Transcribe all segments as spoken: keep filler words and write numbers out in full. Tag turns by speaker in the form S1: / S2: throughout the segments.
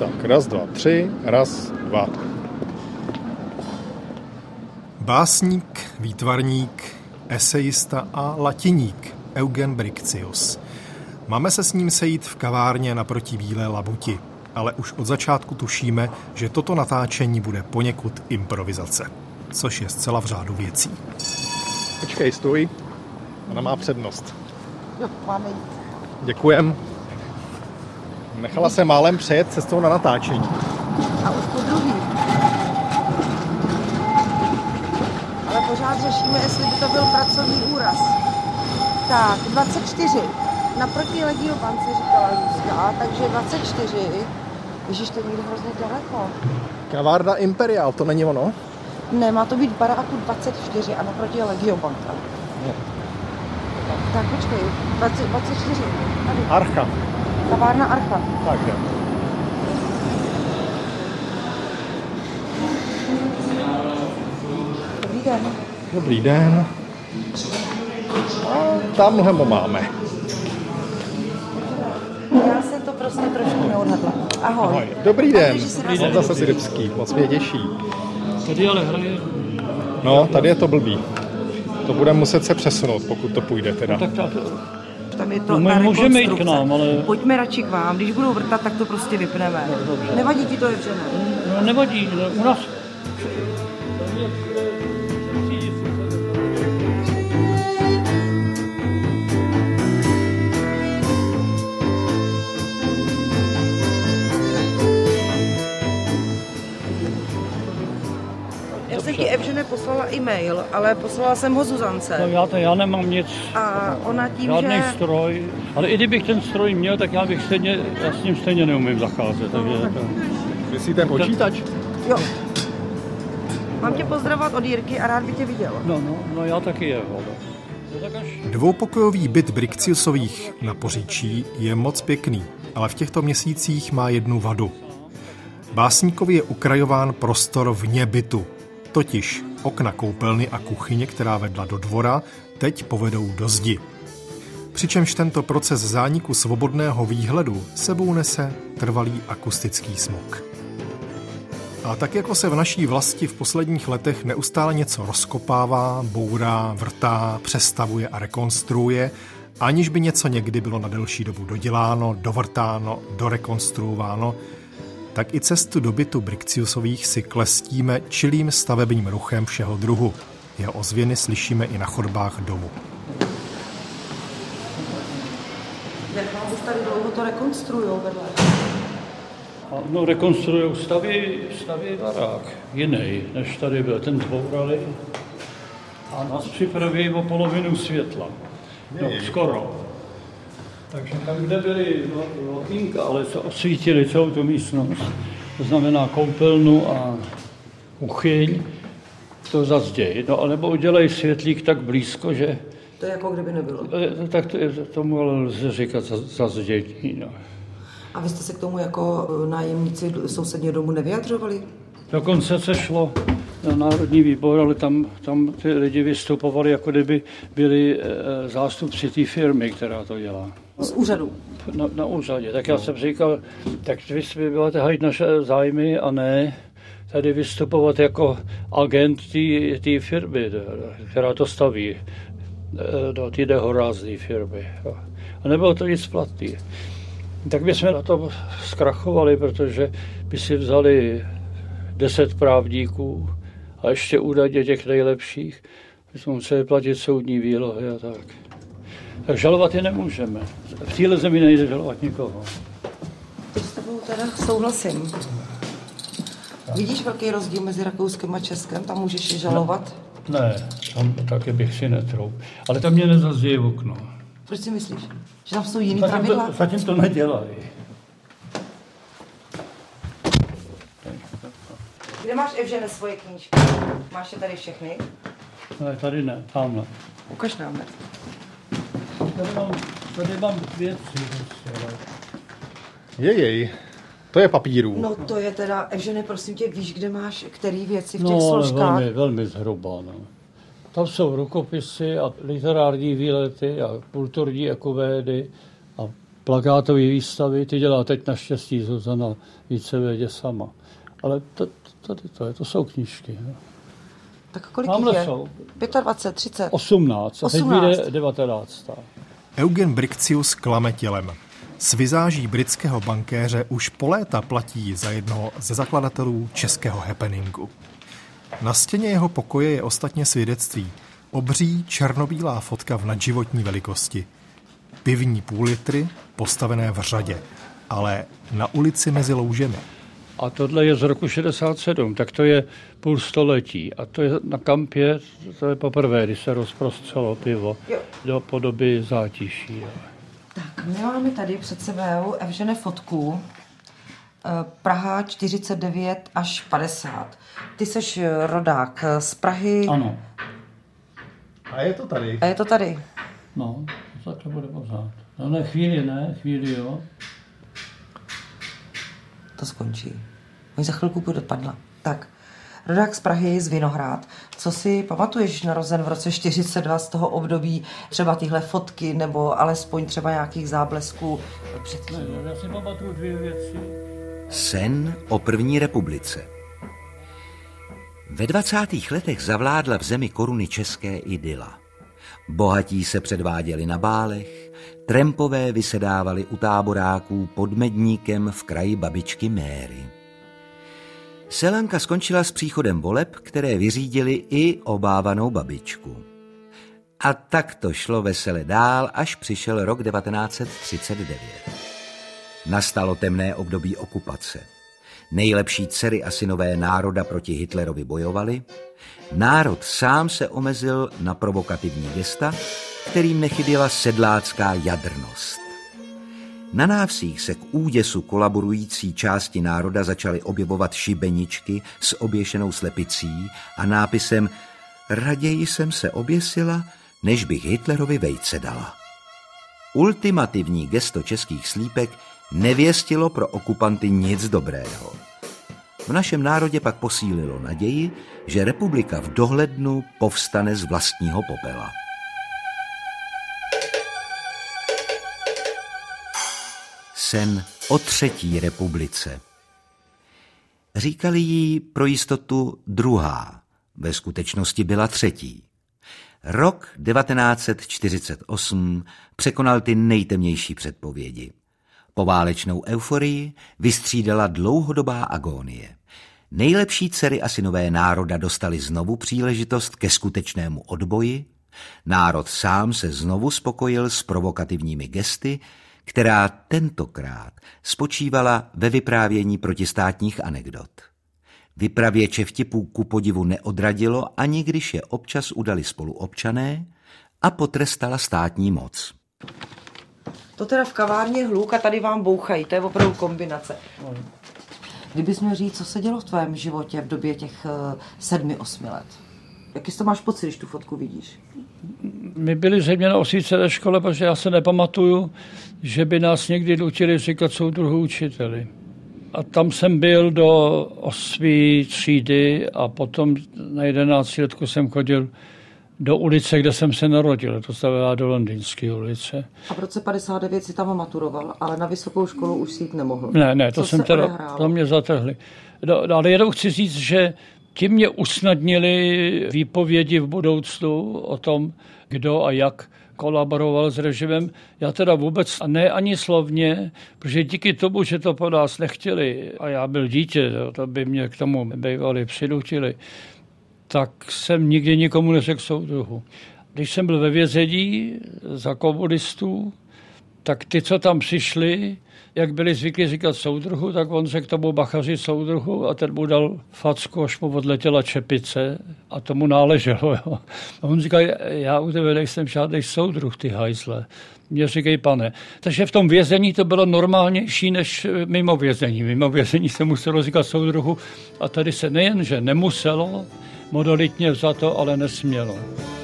S1: Tak, raz, dva, tři, raz, dva. Básník, výtvarník, esejista a latiník Eugen Brixius. Máme se s ním sejít v kavárně naproti Bílé labuti, ale už od začátku tušíme, že toto natáčení bude poněkud improvizace, což je zcela v řádu věcí. Počkej, stůj. Ona má přednost.
S2: Jo, máme jít.
S1: Děkujem. Nechala se málem přejet cestou na natáčení.
S2: A už po druhý. Ale pořád řešíme, jestli by to byl pracovní úraz. Tak, dvacet čtyři. Naproti Legiobance říkala Zuzka, takže dvacet čtyři. Ježiš, to je někde hrozně daleko.
S1: Kavárna Imperial, to není ono?
S2: Ne, má to být v baráku dvacet čtyři a naproti je Legiobanka.
S1: No.
S2: Tak počkej, dvacet, dvacet čtyři. Tady.
S1: Archa.
S2: Kavárna Archa.
S1: Tak jo.
S2: Dobrý den.
S1: Dobrý den. A tamhle ho máme.
S2: Já jsem to prostě trošku neodhadla. Ahoj.
S1: Ahoj. Dobrý den.
S2: Dobrý
S1: Jsem zase Zrybský, moc mě těší.
S3: Tady ale hraje...
S1: No, tady je to blbý. To budeme muset se přesunout, pokud to půjde teda.
S3: Tak, tak,
S2: Tam je to
S3: no,
S2: ta
S3: můžeme jít k
S2: rekonstrukce.
S3: nám, ale...
S2: Pojďme radši k vám, když budou vrtat, tak to prostě vypneme.
S3: Dobře.
S2: Nevadí ti to, Evžene?
S3: No, nevadí, no, u nás...
S2: Já jsem ti, Evžene, poslala e-mail, ale poslala jsem ho Zuzance.
S3: No, já, to, já nemám nic,
S2: A ona tím,
S3: žádný
S2: že...
S3: stroj, ale i kdybych ten stroj měl, tak já bych stejně, já s ním stejně neumím zacházet, takže... To...
S1: Myslíte počítač?
S2: Jo. Mám tě pozdravovat od Jirky a rád by tě viděl.
S3: No, no, no já taky jeho. No, tak až...
S1: Dvoupokojový byt Brixiusových na Poříčí je moc pěkný, ale v těchto měsících má jednu vadu. Básníkovi je ukrajován prostor vně bytu. Totiž okna koupelny a kuchyně, která vedla do dvora, teď povedou do zdi. Přičemž tento proces zániku svobodného výhledu sebou nese trvalý akustický smog. A tak jako se v naší vlasti v posledních letech neustále něco rozkopává, bourá, vrtá, přestavuje a rekonstruuje, aniž by něco někdy bylo na delší dobu doděláno, dovrtáno, dorekonstruováno, tak i cestu do bytu Brixiusových si klestíme čilým stavebním ruchem všeho druhu. Jeho ozvěny slyšíme i na chodbách domu.
S2: Jak vám už tady dlouho to rekonstruujou vedle?
S3: A, no, rekonstrujou, staví, staví barák jiný, než tady byl, ten zbourali a nás připraví o polovinu světla. No, skoro. Takže tam, kde byly okýnka, ale co osvítili celou tu místnost, to znamená koupelnu a kuchyň, to zazděj. No, nebo udělají světlík tak blízko, že...
S2: To je jako kdyby nebylo.
S3: Tak to je, tomu ale lze říkat zazdění, no.
S2: A vy jste se k tomu jako nájemníci sousedního domu nevyjadřovali?
S3: Dokonce se šlo na Národní výbor, ale tam, tam ty lidi vystupovali, jako kdyby byli e, zástupci té firmy, která to dělá.
S2: Z úřadu?
S3: Na, na úřadě. Tak já jsem říkal, tak vy budete hájit naše zájmy a ne tady vystupovat jako agent té firmy, která to staví, do té nehorázné firmy. A nebylo to nic platný. Tak bychom na to zkrachovali, protože by si vzali deset právníků a ještě údajně těch nejlepších. My jsme museli platit soudní výlohy a tak. Tak žalovat je nemůžeme. V téhle zemi nejde žalovat nikoho.
S2: S tebou teda souhlasím. Vidíš velký rozdíl mezi Rakouskem a Českem? Tam můžeš je žalovat?
S3: Ne, ne, tam taky bych si netroub. Ale tam mě nezazdějí v okno.
S2: Proč si myslíš? Že tam jsou jiný
S3: Zatím
S2: pravidla?
S3: to, zatím to nedělají.
S2: Kde máš, Evžene, svoje knížky? Máš je tady všechny?
S3: Ne, tady ne, tamhle.
S2: Ukaž nám.
S3: Tady mám, tady mám věci.
S1: Jejej, to je papíru.
S2: No to je teda, Evžene, prosím tě, víš, kde máš který věci v těch
S3: No, ale
S2: složkách?
S3: velmi, velmi zhruba, no. Tam jsou rukopisy a literární výlety a kulturní ekovédy a plakátové výstavy, ty dělá teď naštěstí Zuzana víceméně sama. Ale to, tady to, je, to jsou knížky. No.
S2: Tak kolik
S3: Tamhle
S2: je?
S3: jsou.
S2: dvacet pět, třicet.
S3: osmnáct. A teď vyjde devatenáct.
S1: Eugen Briccius klame tělem. S vizáží britského bankéře už po léta platí za jednoho ze zakladatelů českého happeningu. Na stěně jeho pokoje je ostatně svědectví. Obří černobílá fotka v nadživotní velikosti. Pivní půl litry postavené v řadě, ale na ulici mezi loužemi.
S3: A tohle je z roku šedesát sedm, tak to je půl století. A to je na Kampě, to je poprvé, když se rozprostřelo pivo jo. do podoby zátiší. Jo.
S2: Tak, my máme tady před sebou Evžene fotku. Praha čtyřicet devět až padesát. Ty seš rodák z Prahy.
S3: Ano.
S1: A je to tady.
S2: A je to tady.
S3: No, to takhle bude pořád. No ne, chvíli ne, chvíli jo.
S2: To skončí. Oni za chvilku půjde padla. Tak, rodák z Prahy, z Vinohrad. Co si pamatuješ narozen v roce čtyřicet dva z toho období? Třeba tyhle fotky, nebo alespoň třeba nějakých záblesků předtím?
S3: Ne, já si pamatuju dvě věci.
S4: Sen o první republice. Ve dvacátých letech zavládla v zemi koruny české idyla. Bohatí se předváděli na bálech, trampové vysedávali u táboráků pod Medníkem v kraji babičky Méry. Selanka skončila s příchodem voleb, které vyřídili i obávanou babičku. A tak to šlo vesele dál, až přišel rok devatenáct set třicet devět. Nastalo temné období okupace. Nejlepší dcery a synové národa proti Hitlerovi bojovali. Národ sám se omezil na provokativní gesta, kterým nechyběla sedlácká jadrnost. Na návsích se k úděsu kolaborující části národa začaly objevovat šibeničky s oběšenou slepicí a nápisem "Raději jsem se oběsila, než bych Hitlerovi vejce dala." Ultimativní gesto českých slípek nevěstilo pro okupanty nic dobrého. V našem národě pak posílilo naději, že republika v dohlednu povstane z vlastního popela. Sen o třetí republice. Říkali jí pro jistotu druhá, ve skutečnosti byla třetí. Rok devatenáct set čtyřicet osm překonal ty nejtemnější předpovědi. Poválečnou euforii vystřídala dlouhodobá agónie. Nejlepší dcery a synové národa dostali znovu příležitost ke skutečnému odboji. Národ sám se znovu spokojil s provokativními gesty, která tentokrát spočívala ve vyprávění protistátních anekdot. Vypravěče vtipů ku podivu neodradilo, ani když je občas udali spoluobčané, a potrestala státní moc.
S2: To teda v kavárně hluk a tady vám bouchají, to je opravdu kombinace. Kdybys měl říct, co se dělo v tvém životě v době těch uh, sedmi, osmi let? Jaký to máš pocit, když tu fotku vidíš?
S3: My byli zřejmě na osvícené škole, protože já se nepamatuju, že by nás někdy nutili říkat soudruhu učiteli. A tam jsem byl do osmé třídy a potom na jedenáctiletku jsem chodil do ulice, kde jsem se narodil, to znamená do Londýnské ulice.
S2: A v roce padesát devět si tam maturoval, ale na vysokou školu už si jít nemohl.
S3: Ne, ne, to Co jsem teda, to mě zatrhli. No, ale jenom chci říct, že ti mě usnadnili výpovědi v budoucnu o tom, kdo a jak kolaboroval s režimem. Já teda vůbec, a ne ani slovně, protože díky tomu, že to po nás nechtěli, a já byl dítě, to by mě k tomu bývali přinutili, tak jsem nikdy nikomu neřekl soudruhu. Když jsem byl ve vězení za komunistů, tak ty, co tam přišli, jak byli zvyklí říkat soudruhu, tak on řekl tomu bachaři soudruhu a ten mu dal facku, až mu odletěla čepice a tomu náleželo. Jo. A on říká, já u tebe nejsem žádný soudruh, ty hajzle. Mě říkají, pane. Takže v tom vězení to bylo normálnější než mimo vězení. Mimo vězení se muselo říkat soudruhu a tady se nejen, že nemuselo, modalitně za to, ale nesmělo.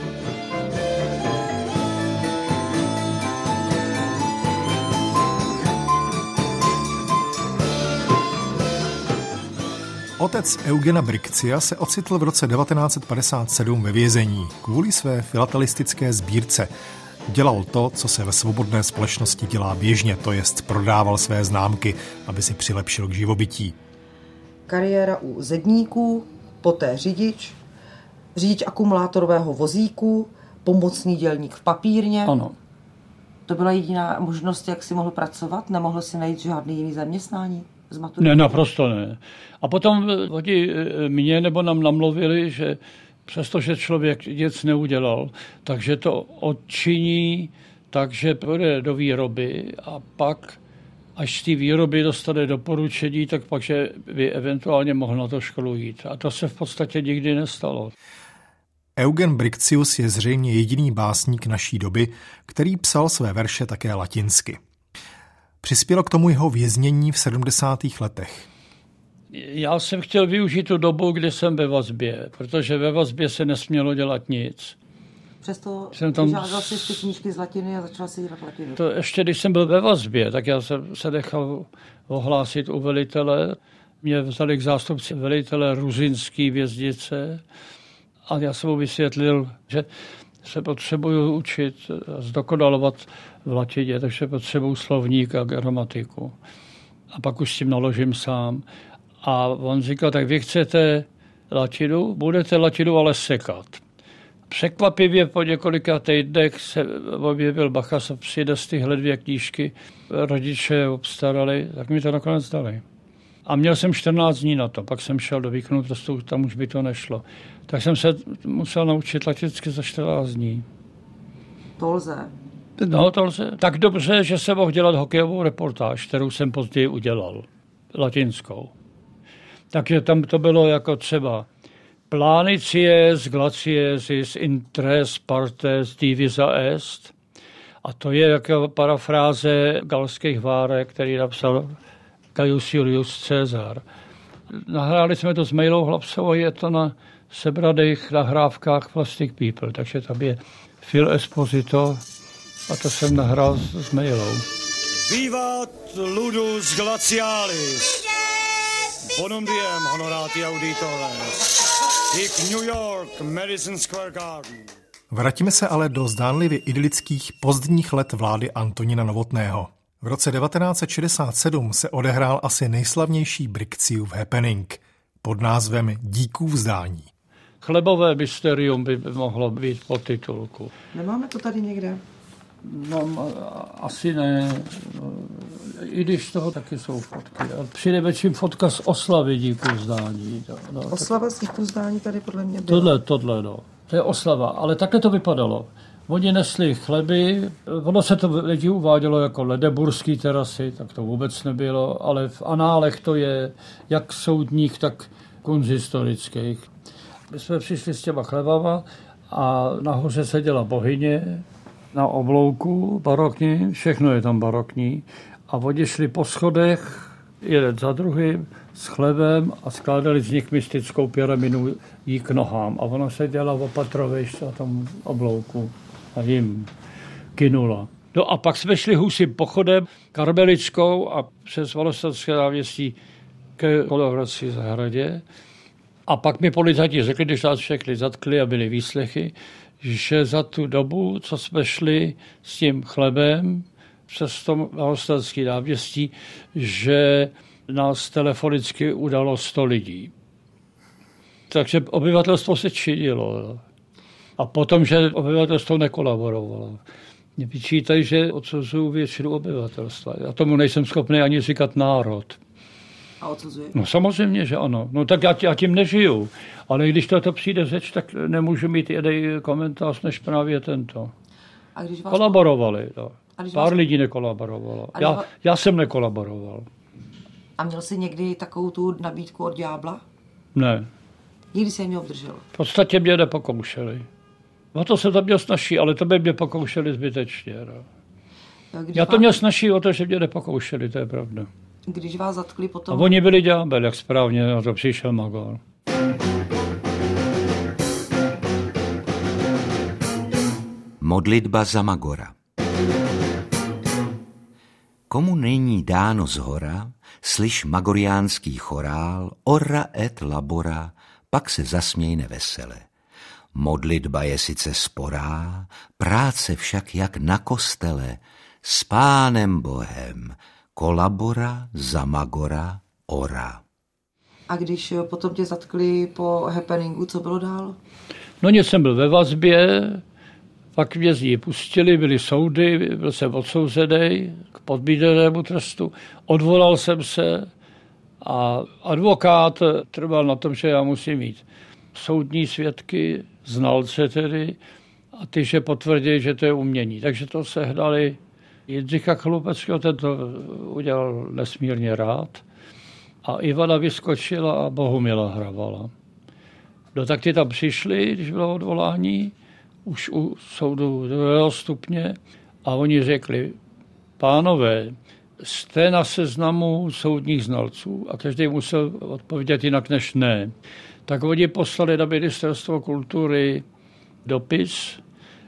S1: Otec Eugena Briccia se ocitl v roce devatenáct set padesát sedm ve vězení kvůli své filatelistické sbírce. Dělal to, co se ve svobodné společnosti dělá běžně, to jest prodával své známky, aby si přilepšil k živobytí.
S2: Kariéra u zedníků, poté řidič, řidič akumulátorového vozíku, pomocný dělník v papírně.
S3: Ano.
S2: To byla jediná možnost, jak si mohl pracovat? Nemohl si najít žádný jiný zaměstnání z maturity?
S3: Ne, naprosto ne. A potom oni mě nebo nám namluvili, že přestože člověk nic neudělal, takže to odčiní, takže půjde do výroby a pak, až z té výroby dostane doporučení, tak pak, že by eventuálně mohl na to školu jít. A to se v podstatě nikdy nestalo.
S1: Eugen Briccius je zřejmě jediný básník naší doby, který psal své verše také latinsky. Přispělo k tomu jeho věznění v sedmdesátých letech.
S3: Já jsem chtěl využít tu dobu, kdy jsem ve vazbě, protože ve vazbě se nesmělo dělat nic.
S2: Přesto
S3: jsem tam
S2: vyžádal si ty knížky z latiny a začal si dělat latinu.
S3: To ještě, když jsem byl ve vazbě, tak já jsem se nechal ohlásit u velitele. Mě vzali k zástupci velitele ruzinské věznice a já jsem mu vysvětlil, že se potřebuju učit a zdokonalovat v latině, takže potřebuju slovník a gramatiku. A pak už s tím naložím sám. A on říkal, tak vy chcete latinu, budete latinu ale sekat. Překvapivě po několika týdnech se objevil Bachas a přines tyhle dvě knížky. Rodiče obstarali, tak mi to nakonec dali. A měl jsem čtrnáct dní na to, pak jsem šel do výkonu trestu, tam už by to nešlo. Tak jsem se musel naučit latinsky za čtrnáct dní.
S2: To lze.
S3: No, to lze. Tak dobře, že jsem mohl dělat hokejovou reportáž, kterou jsem později udělal. Latinskou. Takže tam to bylo jako třeba Planicies glaciesis intres partes divisa est. A to je jako parafráze galských várek, který napsal Gaius Julius Caesar. Nahráli jsme to s Mailou Hlapsovou, je to na sebradých nahrávkách Plastic People, takže tam je Phil Esposito a to jsem nahrál s, s Mailou.
S5: Vivat ludus glacialis, bonum diem honorati auditores, hic New York, Madison Square Garden.
S1: Vrátíme se ale do zdánlivě idylických pozdních let vlády Antonína Novotného. V roce devatenáct set šedesát sedm se odehrál asi nejslavnější Bricciův happening pod názvem Díkův vzdání.
S3: Chlebové mysterium by mohlo být po titulku.
S2: Nemáme to tady někde?
S3: No, asi ne. I když z toho taky jsou fotky. Přinejmenším fotka z oslavy Díků vzdání. No,
S2: Oslava z Díků vzdání tady podle mě byla.
S3: Tohle, tohle, no. To je oslava, ale takhle to vypadalo. Oni nesli chleby, ono se to lidi uvádělo jako ledeburský terasy, tak to vůbec nebylo, ale v análech to je jak soudních, tak kunzhistorických. My jsme přišli s těma chlebama a nahoře seděla bohyně na oblouku barokní, všechno je tam barokní, a oni šli po schodech jeden za druhým s chlebem a skládali z nich mystickou pyramidu jí k nohám. A ona seděla opatrovejš na tom oblouku a jim kynula. No a pak jsme šli husím pochodem Karmelickou a přes Valostatské náměstí ke Kolovrací zahradě. A pak mi policajti řekli, když nás všechny zatkli a byly výslechy, že za tu dobu, co jsme šli s tím chlebem přes to Valostatské náměstí, že nás telefonicky udalo sto lidí. Takže obyvatelstvo se činilo. A potom, že obyvatelstvo nekolaborovalo. Mě vyčítají, že odsuzuju většinu obyvatelstva. Já tomu nejsem schopný ani říkat národ.
S2: A odsuzuje?
S3: No samozřejmě, že ano. No tak já, já tím nežiju. Ale když toto přijde řeč, tak nemůžu mít jeden komentář než právě tento.
S2: A když vás...
S3: Kolaborovali. No.
S2: A když
S3: Pár
S2: vás...
S3: lidí nekolaborovalo.
S2: A
S3: Já,
S2: vás...
S3: já jsem nekolaboroval.
S2: A měl jsi někdy takovou tu nabídku od ďábla?
S3: Ne.
S2: Nikdy jsi je mě obdržel?
S3: V podstatě mě nepokoušeli. No to jsem tam měl snažší, ale to by mě pokoušeli zbytečně. No.
S2: Když
S3: Já to
S2: vás...
S3: měl snažší o to, že mě nepokoušeli, to je pravda.
S2: Když vás zatkli potom...
S3: A oni byli ďábel, jak správně na to přišel Magor.
S4: Modlitba za Magora. Komu není dáno zhora, slyš magoriánský chorál, ora et labora, pak se zasměj nevesele. Modlitba je sice sporá, práce však jak na kostele, s Pánem Bohem, kolabora, zamagora, ora.
S2: A když potom tě zatkli po happeningu, co bylo dál?
S3: No nic, jsem byl ve vazbě, pak vězni pustili, byly soudy, byl jsem odsouzený k podmíněnému trestu, odvolal jsem se a advokát trval na tom, že já musím mít soudní svědky, znalce tedy, a ty, že potvrdí, že to je umění. Takže to sehnali Jindřicha Chlupeckého, ten to udělal nesmírně rád. A Ivana Vyskočila a Bohumila Hravala. No tak ty tam přišli, když bylo odvolání, už u soudu druhého stupně, a oni řekli, pánové, jste na seznamu soudních znalců, a každý musel odpovědět jinak než ne. Tak oni poslali na Ministerstvo kultury dopis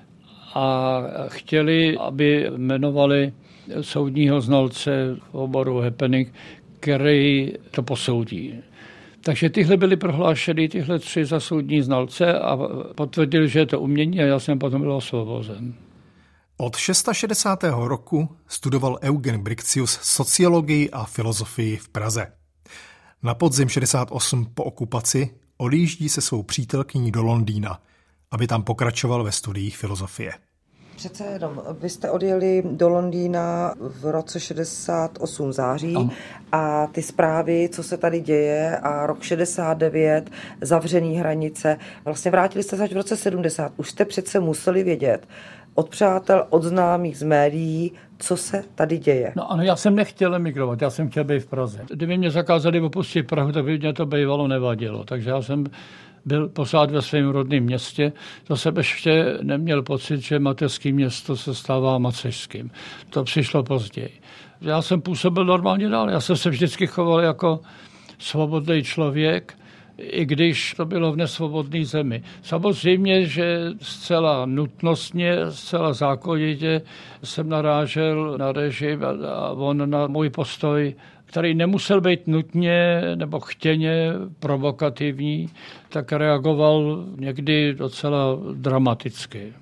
S3: a chtěli, aby jmenovali soudního znalce v oboru happening, který to posoudí. Takže tyhle byly prohlášeny, tyhle tři za soudní znalce, a potvrdili, že je to umění, a já jsem potom byl osvobozen.
S1: Od šedesátého šestého roku studoval Eugen Brixius sociologii a filozofii v Praze. Na podzim šedesát osm po okupaci odjíždí se svou přítelkyní do Londýna, aby tam pokračoval ve studiích filozofie.
S2: Přece jenom, vy jste odjeli do Londýna v roce šedesát osm září ano. A ty zprávy, co se tady děje, a rok šedesát devět, zavřený hranice, vlastně vrátili jste se až v roce sedmdesát. Už jste přece museli vědět od přátel, od známých z médií, co se tady děje.
S3: No ano, já jsem nechtěl emigrovat, já jsem chtěl být v Praze. Kdyby mě zakázali opustit Prahu, tak by mě to bývalo nevadilo. Takže já jsem byl pořád ve svém rodném městě. To jsem ještě neměl pocit, že mateřské město se stává macešským. To přišlo později. Já jsem působil normálně dál. Já jsem se vždycky choval jako svobodný člověk, i když to bylo v nesvobodné zemi. Samozřejmě, že zcela nutnostně, zcela zákonitě jsem narážel na režim a on na můj postoj, který nemusel být nutně nebo chtěně provokativní, tak reagoval někdy docela dramaticky.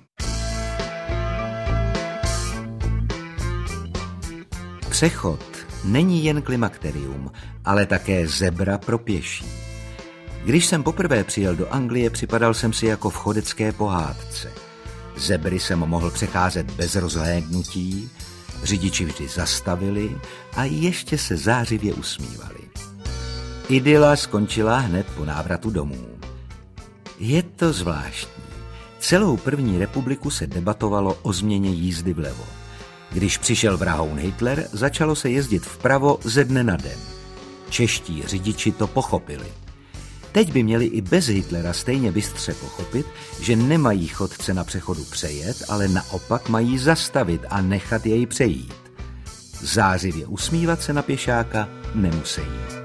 S4: Přechod není jen klimakterium, ale také zebra pro pěší. Když jsem poprvé přijel do Anglie, připadal jsem si jako v chodecké pohádce. Zebry jsem mohl přecházet bez rozhlédnutí, řidiči vždy zastavili a ještě se zářivě usmívali. Idyla skončila hned po návratu domů. Je to zvláštní. Celou první republiku se debatovalo o změně jízdy vlevo. Když přišel vrahoun Hitler, začalo se jezdit vpravo ze dne na den. Čeští řidiči to pochopili. Teď by měli i bez Hitlera stejně bystře pochopit, že nemají chodce na přechodu přejet, ale naopak mají zastavit a nechat jej přejít. Zářivě usmívat se na pěšáka nemusí.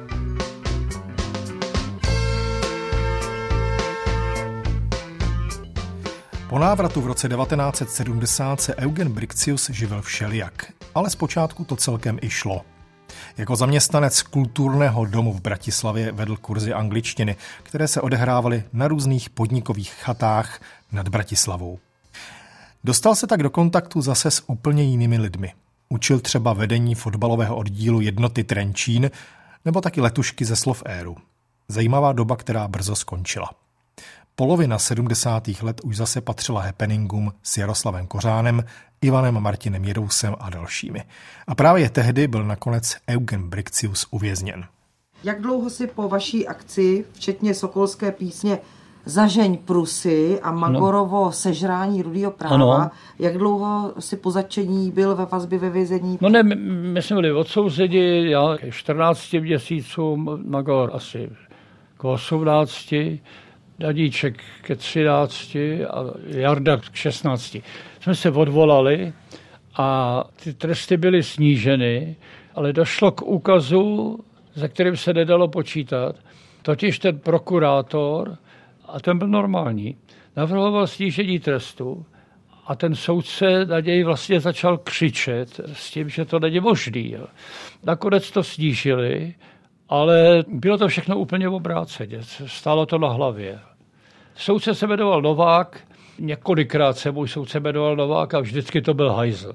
S1: Po návratu v roce devatenáct set sedmdesát se Eugen Brixius živil všelijak, ale zpočátku to celkem i šlo. Jako zaměstnanec kulturného domu v Bratislavě vedl kurzy angličtiny, které se odehrávaly na různých podnikových chatách nad Bratislavou. Dostal se tak do kontaktu zase s úplně jinými lidmi. Učil třeba vedení fotbalového oddílu jednoty Trenčín nebo taky letušky ze Slovéru. Zajímavá doba, která brzo skončila. Polovina sedmdesátých let už zase patřila happeningům s Jaroslavem Kořánem, Ivanem Martinem Jirousem a dalšími. A právě tehdy byl nakonec Eugen Brixius uvězněn.
S2: Jak dlouho si po vaší akci, včetně sokolské písně Zažeň Prusy a Magorovo ano. Sežrání rudýho práva, ano. Jak dlouho si po zatčení byl ve vazbě ve vězení?
S3: No ne, my, my jsme byli odsouzeni, já ke čtrnácti měsícům, Magor asi k osmnácti, Dadíček ke třinácti a Jarda k šestnácti. Jsme se odvolali a ty tresty byly sníženy, ale došlo k úkazu, za kterým se nedalo počítat. Totiž ten prokurátor, a ten byl normální, navrhoval snížení trestu a ten soudce na něj vlastně začal křičet s tím, že to není možný. Nakonec to snížili, ale bylo to všechno úplně obráceně. Stálo to na hlavě. Soudce se jmenoval Novák, několikrát se můj soudce jmenoval Novák a vždycky to byl hajzl.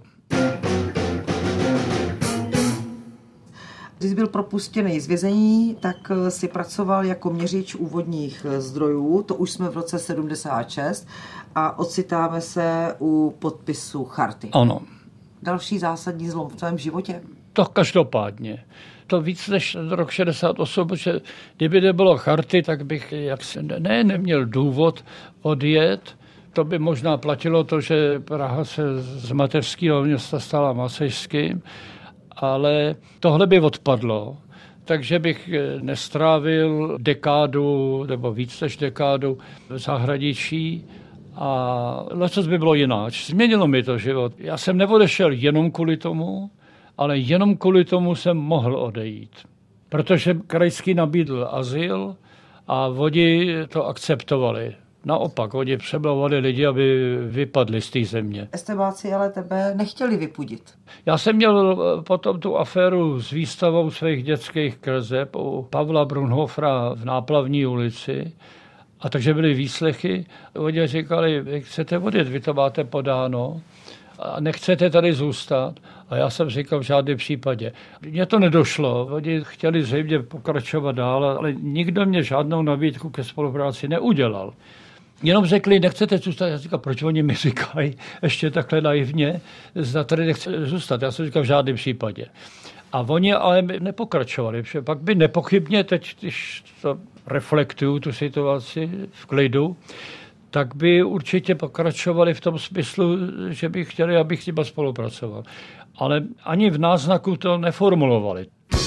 S2: Když byl propuštěný z vězení, tak si pracoval jako měřič úvodních zdrojů, to už jsme v roce sedmdesát šest a ocitáme se u podpisu charty.
S3: Ano.
S2: Další zásadní zlom v tvém životě?
S3: To každopádně. To víc než rok šedesát osm, protože kdyby nebylo charty, tak bych jaksi ne, neměl důvod odjet. To by možná platilo to, že Praha se z mateřského města stala macešským, ale tohle by odpadlo, takže bych nestrávil dekádu nebo víc než dekádu v zahraničí a letos by bylo jináč. Změnilo mi to život. Já jsem neodešel jenom kvůli tomu, ale jenom kvůli tomu jsem mohl odejít. Protože krajský nabídl azyl a oni to akceptovali. Naopak, oni přemlouvali lidi, aby vypadli z té země.
S2: Estebáci ale tebe nechtěli vypudit.
S3: Já jsem měl potom tu aféru s výstavou svých dětských kreseb u Pavla Brunhofera v Náplavní ulici. A takže byly výslechy. Oni říkali, vy chcete odjet, vy to máte podáno a nechcete tady zůstat. A já jsem říkal, v žádném případě. Mně to nedošlo. Oni chtěli zřejmě pokračovat dál, ale nikdo mě žádnou nabídku ke spolupráci neudělal. Jenom řekli, nechcete zůstat. Já říkal, proč oni mi říkají ještě takhle naivně, zda tady nechce zůstat. Já jsem říkal, v žádném případě. A oni ale nepokračovali. Pak by nepochybně, teď, když to reflektuju tu situaci v klidu, tak by určitě pokračovali v tom smyslu, že by chtěli, abych s nimi spolupracoval. Ale ani v náznaku to neformulovali.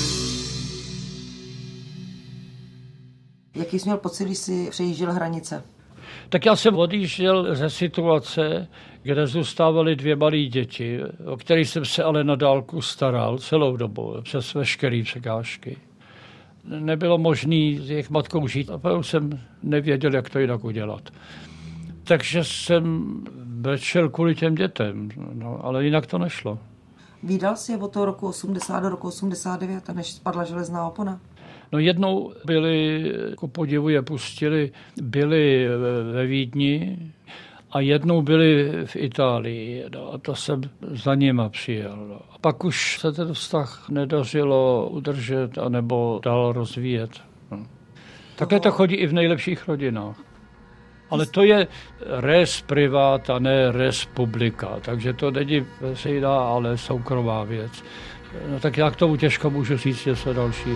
S2: Jaký jsi měl pocit, když jsi přejížděl hranice?
S3: Tak já jsem odjížděl ze situace, kde zůstávaly dvě malé děti, o kterých jsem se ale na dálku staral celou dobu, přes veškeré překážky. Nebylo možné s jejich matkou žít a potom jsem nevěděl, jak to jinak udělat. Takže jsem brečel kvůli těm dětem, no, ale jinak to nešlo.
S2: Vídal jsi je od toho roku osmdesát do roku osmdesát devět, než spadla železná opona?
S3: No jednou byli, ku podivu je pustili, byli ve Vídni a jednou byli v Itálii. No, a to jsem za nima přijel. No. A pak už se ten vztah nedařilo udržet anebo dál rozvíjet. No. Takhle to chodí i v nejlepších rodinách. Ale to je res privát a ne res publica, takže to není veřejná, ale soukromá věc. No, tak já k tomu těžko můžu říct něco další.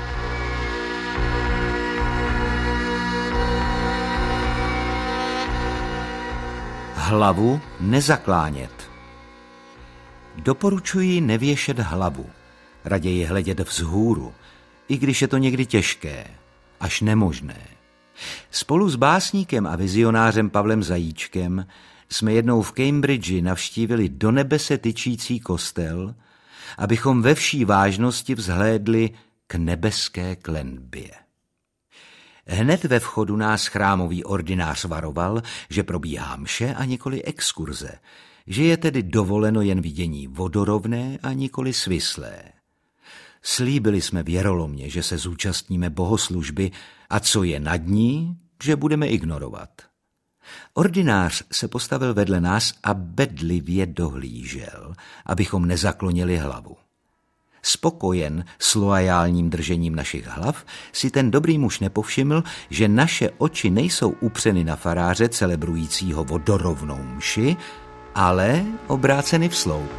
S4: Hlavu nezaklánět. Doporučuji nevěšet hlavu, raději hledět vzhůru, i když je to někdy těžké, až nemožné. Spolu s básníkem a vizionářem Pavlem Zajíčkem jsme jednou v Cambridgi navštívili do nebe se tyčící kostel, abychom ve vší vážnosti vzhlédli k nebeské klenbě. Hned ve vchodu nás chrámový ordinář varoval, že probíhá mše a nikoli exkurze, že je tedy dovoleno jen vidění vodorovné a nikoli svislé. Slíbili jsme věrolomně, že se zúčastníme bohoslužby a co je nad ní, že budeme ignorovat. Ordinář se postavil vedle nás a bedlivě dohlížel, abychom nezaklonili hlavu. Spokojen s loajálním držením našich hlav si ten dobrý muž nepovšiml, že naše oči nejsou upřeny na faráře celebrujícího vodorovnou mši, ale obráceny vsloup.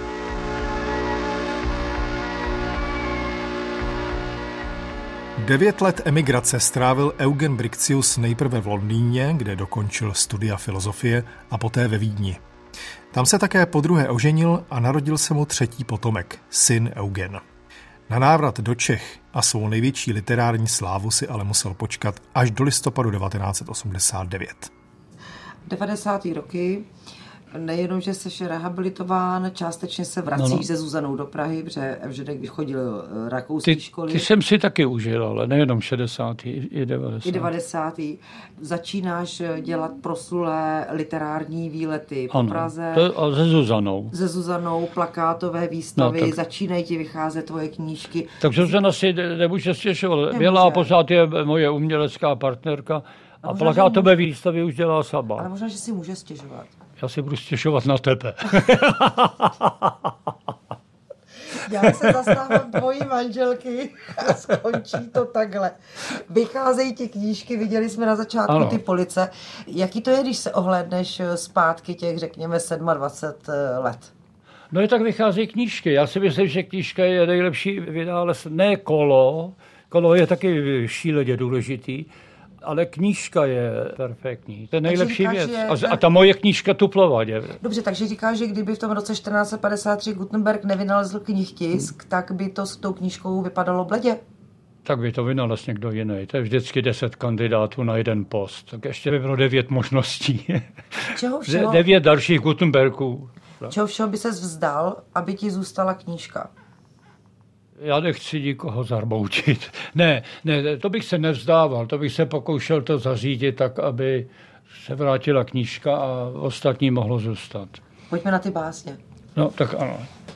S1: Devět let emigrace strávil Eugen Briccius nejprve v Londýně, kde dokončil studia filozofie, a poté ve Vídni. Tam se také podruhé oženil a narodil se mu třetí potomek, syn Eugen. Na návrat do Čech a svou největší literární slávu si ale musel počkat až do listopadu devatenáct set osmdesát devět.
S2: devadesátá roky, nejenom, že jsi rehabilitován, částečně se vracíš no, no. se Zuzanou do Prahy, protože Evženek vychodil rakouské školy.
S3: Ty jsem si taky užil, ale nejenom šedesátý i devadesátý.
S2: I devadesátý. Začínáš dělat proslulé literární výlety po
S3: ano,
S2: Praze.
S3: To, a se Zuzanou.
S2: Se Zuzanou, plakátové výstavy,
S3: no, tak,
S2: začínají ti vycházet tvoje knížky.
S3: Tak Zuzana si nemůže stěžovat. Byla a pořád je moje umělecká partnerka A plakátové výstavy už dělá sama.
S2: Ale možná, že si může stěžovat.
S3: Já si budu stěžovat na tebe.
S2: Já se zastávám tvojí manželky a skončí to takhle. Vycházejí ti knížky, viděli jsme na začátku ano. ty police. Jaký to je, když se ohlédneš zpátky těch, řekněme, dvacet sedm let?
S3: No i tak vycházejí knížky. Já si myslím, že knížka je nejlepší vynález. Ne kolo, kolo je taky šíleně důležitý, ale knížka je perfektní. To je nejlepší říkáš, věc. Je... A ta moje knížka Tuplova je.
S2: Dobře, takže říkáš, že kdyby v tom roce čtrnáct set padesát tři Gutenberg nevynalezl knihtisk, hmm. tak by to s tou knížkou vypadalo bledě?
S3: Tak by to vynalezl někdo jiný. To je vždycky deset kandidátů na jeden post. Tak ještě by bylo devět možností.
S2: Čeho všeho?
S3: Devět dalších Gutenbergů.
S2: Čeho všeho by ses vzdal, aby ti zůstala knížka?
S3: Já nechci nikoho zarmoutit. Ne, ne, to bych se nevzdával. To bych se pokoušel to zařídit tak, aby se vrátila knížka a ostatní mohlo zůstat.
S2: Pojďme na ty básně.
S3: No, tak ano.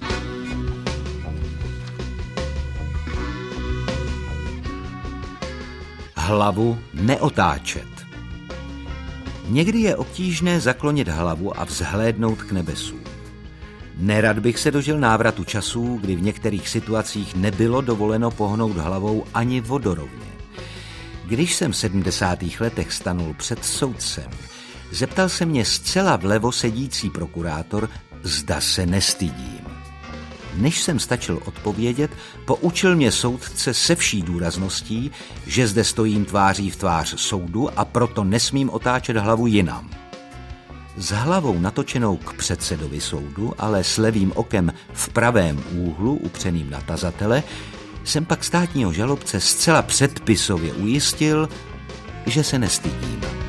S4: Hlavu neotáčet. Někdy je obtížné zaklonit hlavu a vzhlédnout k nebesům. Nerad bych se dožil návratu časů, kdy v některých situacích nebylo dovoleno pohnout hlavou ani vodorovně. Když jsem v sedmdesátých letech stanul před soudcem, zeptal se mě zcela vlevo sedící prokurátor, zda se nestydím. Než jsem stačil odpovědět, poučil mě soudce se vší důrazností, že zde stojím tváří v tvář soudu a proto nesmím otáčet hlavu jinam. S hlavou natočenou k předsedovi soudu, ale s levým okem v pravém úhlu upřeným na tazatele, jsem pak státního žalobce zcela předpisově ujistil, že se nestydím.